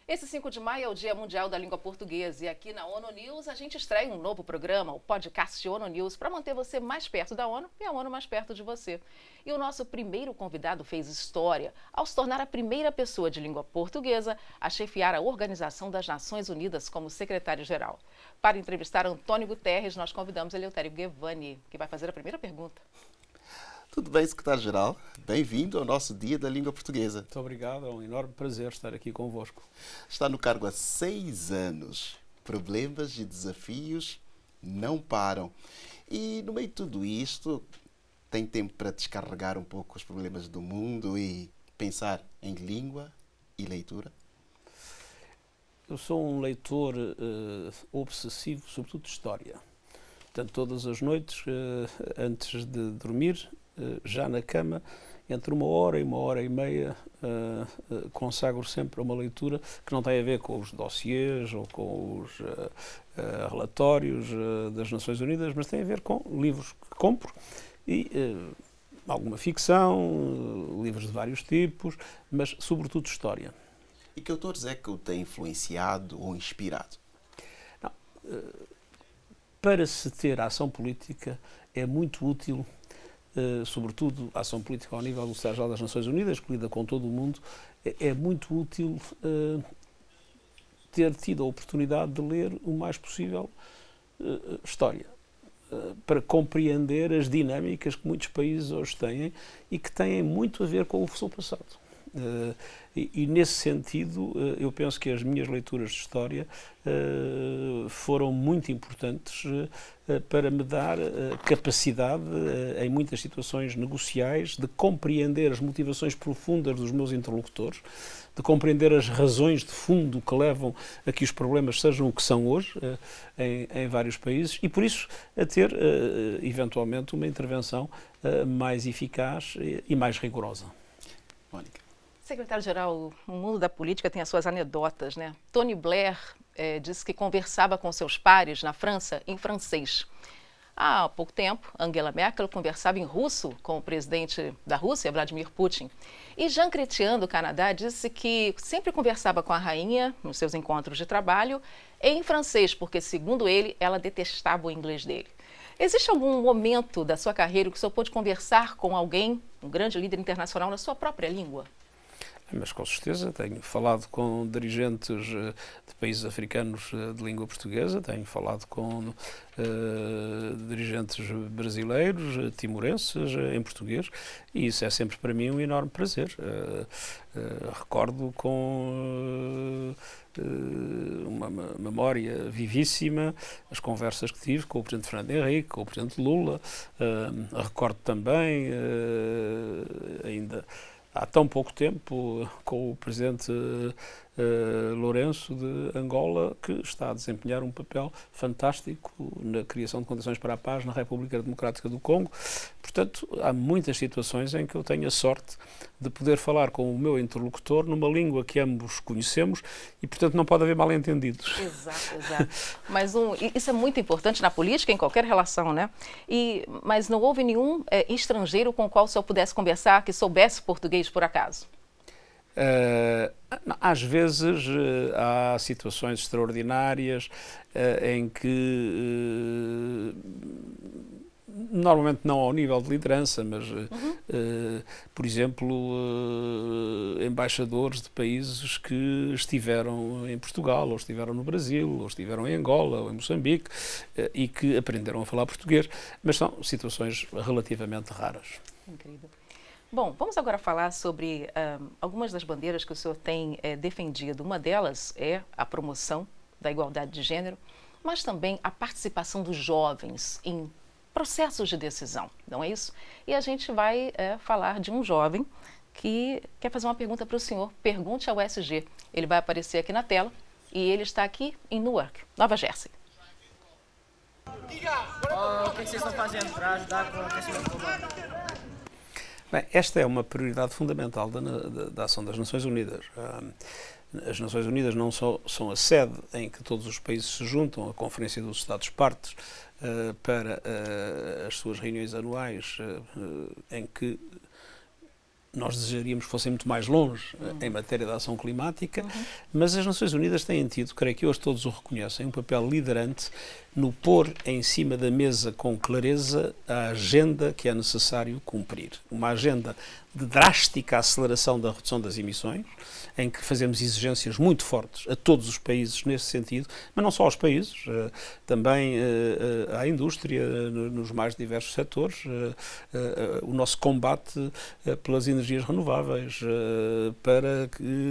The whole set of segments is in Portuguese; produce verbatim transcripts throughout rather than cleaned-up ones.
Esse cinco de maio é o Dia Mundial da Língua Portuguesa e aqui na ONU News a gente estreia um novo programa, o podcast ONU News, para manter você mais perto da ONU e a ONU mais perto de você. E o nosso primeiro convidado fez história ao se tornar a primeira pessoa de língua portuguesa a chefiar a Organização das Nações Unidas como secretário-geral. Para entrevistar Antônio Guterres, nós convidamos Eleutério Gevani, que vai fazer a primeira pergunta. Tudo bem, secretário-geral? Bem-vindo ao nosso Dia da Língua Portuguesa. Muito obrigado, é um enorme prazer estar aqui convosco. Está no cargo há seis anos. Problemas e desafios não param. E no meio de tudo isto, tem tempo para descarregar um pouco os problemas do mundo e pensar em língua e leitura? Eu sou um leitor uh, obsessivo, sobretudo de história. Portanto, todas as noites, uh, antes de dormir, já na cama, entre uma hora e uma hora e meia, uh, uh, consagro sempre a uma leitura que não tem a ver com os dossiês ou com os uh, uh, relatórios uh, das Nações Unidas, mas tem a ver com livros que compro e uh, alguma ficção, uh, livros de vários tipos, mas sobretudo história. E que autores é que o tem influenciado ou inspirado? Não, uh, para se ter ação política é muito útil, Uh, sobretudo a ação política ao nível do Secretariado-Geral das Nações Unidas, que lida com todo o mundo, é, é muito útil uh, ter tido a oportunidade de ler o mais possível uh, história, uh, para compreender as dinâmicas que muitos países hoje têm e que têm muito a ver com o seu passado. Uh, e, e nesse sentido, uh, eu penso que as minhas leituras de história uh, foram muito importantes uh, uh, para me dar uh, capacidade, uh, em muitas situações negociais, de compreender as motivações profundas dos meus interlocutores, de compreender as razões de fundo que levam a que os problemas sejam o que são hoje uh, em, em vários países e, por isso, a ter, uh, eventualmente, uma intervenção uh, mais eficaz e, e mais rigorosa. Mônica. Secretário-geral, o mundo da política tem as suas anedotas, né? Tony Blair eh, disse que conversava com seus pares na França em francês. Há pouco tempo, Angela Merkel conversava em russo com o presidente da Rússia, Vladimir Putin. E Jean Chrétien, do Canadá, disse que sempre conversava com a rainha nos seus encontros de trabalho em francês, porque, segundo ele, ela detestava o inglês dele. Existe algum momento da sua carreira que o senhor pôde conversar com alguém, um grande líder internacional, na sua própria língua? Mas com certeza tenho falado com dirigentes de países africanos de língua portuguesa, tenho falado com uh, dirigentes brasileiros, timorenses, em português, e isso é sempre para mim um enorme prazer. Uh, uh, recordo com uh, uma memória vivíssima as conversas que tive com o Presidente Fernando Henrique, com o Presidente Lula. Uh, recordo também, uh, ainda há tão pouco tempo, com o presidente uh, Lourenço de Angola, que está a desempenhar um papel fantástico na criação de condições para a paz na República Democrática do Congo. Portanto, há muitas situações em que eu tenho a sorte de poder falar com o meu interlocutor numa língua que ambos conhecemos e, portanto, não pode haver mal-entendidos. Exato, exato. Mas um, isso é muito importante na política, em qualquer relação, né? E, mas não houve nenhum é, estrangeiro com o qual o senhor pudesse conversar que soubesse português, por acaso? Uh, às vezes uh, há situações extraordinárias uh, em que uh, normalmente não ao nível de liderança, mas uh, uhum. uh, por exemplo uh, embaixadores de países que estiveram em Portugal, ou estiveram no Brasil, ou estiveram em Angola, ou em Moçambique, uh, e que aprenderam a falar português, mas são situações relativamente raras. Incrível. Bom, vamos agora falar sobre um, algumas das bandeiras que o senhor tem é, defendido. Uma delas é a promoção da igualdade de gênero, mas também a participação dos jovens em processos de decisão, não é isso? E a gente vai é, falar de um jovem que quer fazer uma pergunta para o senhor. Pergunte ao S G. Ele vai aparecer aqui na tela e ele está aqui em Newark, Nova Jersey. Oh, o que vocês estão fazendo para ajudar com o aquecimento global? Bem, esta é uma prioridade fundamental da, da, da ação das Nações Unidas. As Nações Unidas não só são a sede em que todos os países se juntam, a Conferência dos Estados-Partes, uh, para uh, as suas reuniões anuais, uh, em que nós desejaríamos que fossem muito mais longe uhum. em matéria de ação climática, uhum. mas as Nações Unidas têm tido, creio que hoje todos o reconhecem, um papel liderante no pôr em cima da mesa com clareza a agenda que é necessário cumprir. Uma agenda de drástica aceleração da redução das emissões, em que fazemos exigências muito fortes a todos os países nesse sentido, mas não só aos países, também à indústria, nos mais diversos setores, o nosso combate pelas energias renováveis, para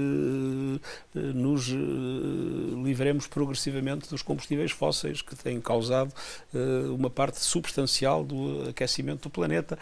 que nos livremos progressivamente dos combustíveis fósseis que têm causado uma parte substancial do aquecimento do planeta.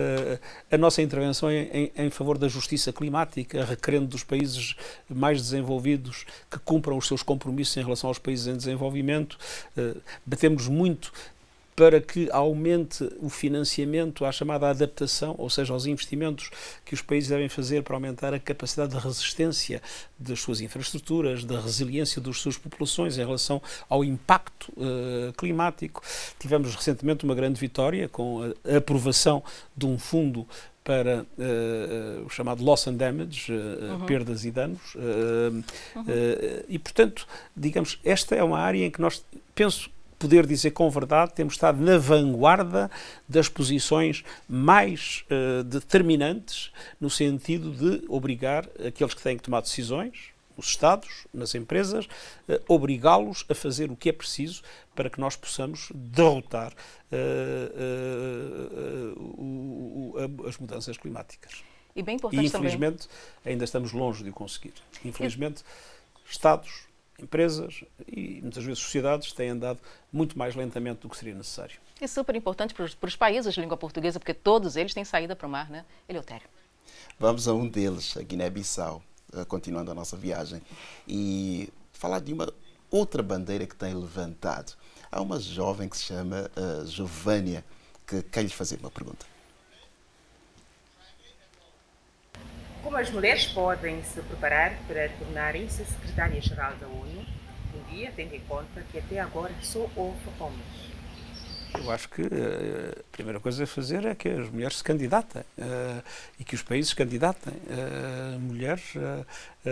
A nossa intervenção em Em, em favor da justiça climática, requerendo dos países mais desenvolvidos que cumpram os seus compromissos em relação aos países em desenvolvimento. Uh, batemos muito para que aumente o financiamento à chamada adaptação, ou seja, aos investimentos que os países devem fazer para aumentar a capacidade de resistência das suas infraestruturas, da resiliência das suas populações em relação ao impacto uh, climático. Tivemos recentemente uma grande vitória com a aprovação de um fundo para uh, uh, o chamado loss and damage, uh, uhum. perdas e danos. Uh, uhum. uh, e, portanto, digamos, esta é uma área em que nós, penso poder dizer com verdade, temos estado na vanguarda das posições mais uh, determinantes no sentido de obrigar aqueles que têm que tomar decisões, os Estados, nas empresas, uh, obrigá-los a fazer o que é preciso para que nós possamos derrotar uh, uh, uh, uh, as mudanças climáticas. E bem importante e, infelizmente, também. ainda estamos longe de o conseguir. Infelizmente, e... Estados, empresas e, muitas vezes, sociedades têm andado muito mais lentamente do que seria necessário. É super importante para os, para os países de língua portuguesa, porque todos eles têm saída para o mar, né? Eleutério. Vamos a um deles, a Guiné-Bissau, continuando a nossa viagem, e falar de uma outra bandeira que tem levantado. Há uma jovem que se chama uh, Giovânia, que quer lhe fazer uma pergunta. Como as mulheres podem se preparar para tornarem-se secretárias-geral da ONU um dia, tendo em conta que até agora só houve homens? Eu acho que uh, a primeira coisa a fazer é que as mulheres se candidatem uh, e que os países se candidatem uh, mulheres uh,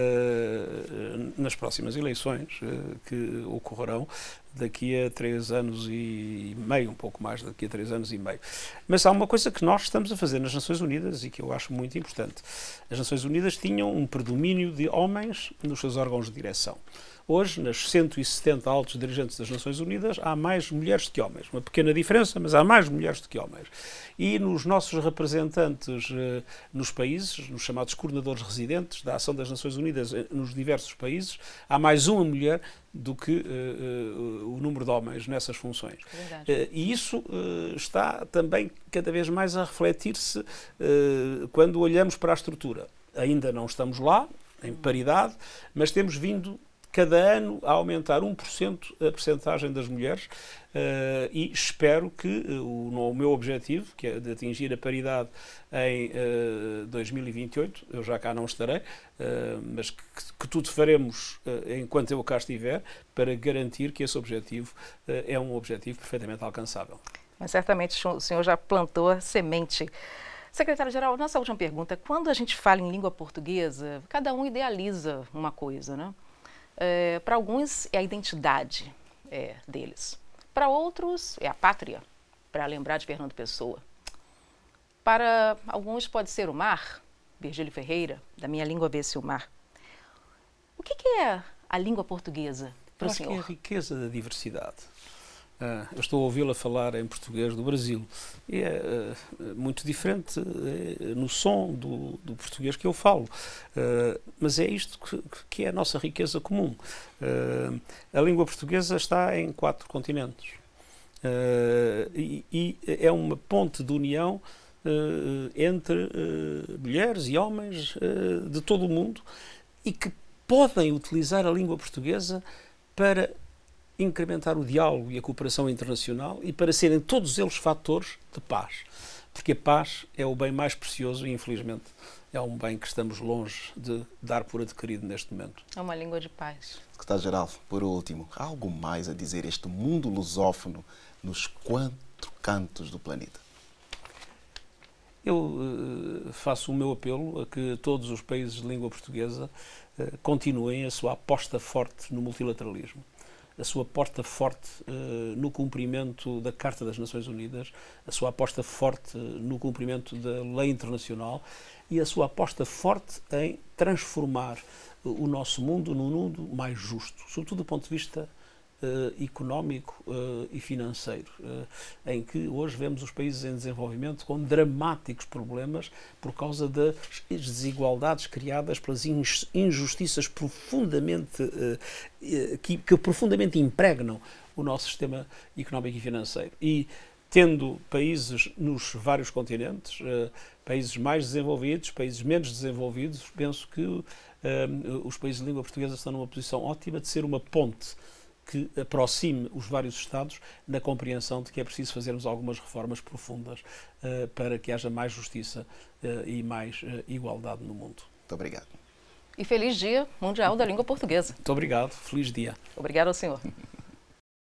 uh, nas próximas eleições uh, que ocorrerão daqui a três anos e meio, um pouco mais daqui a três anos e meio. Mas há uma coisa que nós estamos a fazer nas Nações Unidas e que eu acho muito importante. As Nações Unidas tinham um predomínio de homens nos seus órgãos de direção. Hoje, nas cento e setenta altos dirigentes das Nações Unidas, há mais mulheres do que homens. Uma pequena diferença, mas há mais mulheres do que homens. E nos nossos representantes eh, nos países, nos chamados coordenadores residentes da ação das Nações Unidas eh, nos diversos países, há mais uma mulher do que eh, eh, o número de homens nessas funções. Eh, e isso eh, está também cada vez mais a refletir-se eh, quando olhamos para a estrutura. Ainda não estamos lá, em paridade, mas temos vindo cada ano a aumentar um por cento a percentagem das mulheres uh, e espero que uh, o, o meu objetivo, que é de atingir a paridade em uh, dois mil e vinte e oito, eu já cá não estarei, uh, mas que, que tudo faremos uh, enquanto eu cá estiver para garantir que esse objetivo uh, é um objetivo perfeitamente alcançável. Mas certamente o senhor já plantou a semente. Secretário-Geral, nossa última pergunta. Quando a gente fala em língua portuguesa, cada um idealiza uma coisa, né? É, para alguns é a identidade é, deles. Para outros é a pátria, para lembrar de Fernando Pessoa. Para alguns pode ser o mar, Virgílio Ferreira, da minha língua vê-se o mar. O que, que é a língua portuguesa para o senhor? Eu acho que é a riqueza da diversidade. Uh, eu estou a ouvi-la falar em português do Brasil e é uh, muito diferente uh, no som do, do português que eu falo, uh, mas é isto que, que é a nossa riqueza comum. Uh, a língua portuguesa está em quatro continentes uh, e, e é uma ponte de união uh, entre uh, mulheres e homens uh, de todo o mundo e que podem utilizar a língua portuguesa para incrementar o diálogo e a cooperação internacional e para serem todos eles fatores de paz. Porque a paz é o bem mais precioso e, infelizmente, é um bem que estamos longe de dar por adquirido neste momento. É uma língua de paz. Secretário-Geral, por último, há algo mais a dizer este mundo lusófono nos quatro cantos do planeta? Eu uh, faço o meu apelo a que todos os países de língua portuguesa uh, continuem a sua aposta forte no multilateralismo, a sua aposta forte uh, no cumprimento da Carta das Nações Unidas, a sua aposta forte uh, no cumprimento da lei internacional e a sua aposta forte em transformar uh, o nosso mundo num mundo mais justo, sobretudo do ponto de vista uh, económico uh, e financeiro, uh, em que hoje vemos os países em desenvolvimento com dramáticos problemas por causa das desigualdades criadas pelas injustiças profundamente uh, que, que profundamente impregnam o nosso sistema económico e financeiro. E tendo países nos vários continentes, uh, países mais desenvolvidos, países menos desenvolvidos, penso que uh, os países de língua portuguesa estão numa posição ótima de ser uma ponte que aproxime os vários Estados na compreensão de que é preciso fazermos algumas reformas profundas uh, para que haja mais justiça uh, e mais uh, igualdade no mundo. Muito obrigado. E feliz Dia Mundial da Língua Portuguesa. Muito obrigado. Feliz dia. Obrigado ao senhor.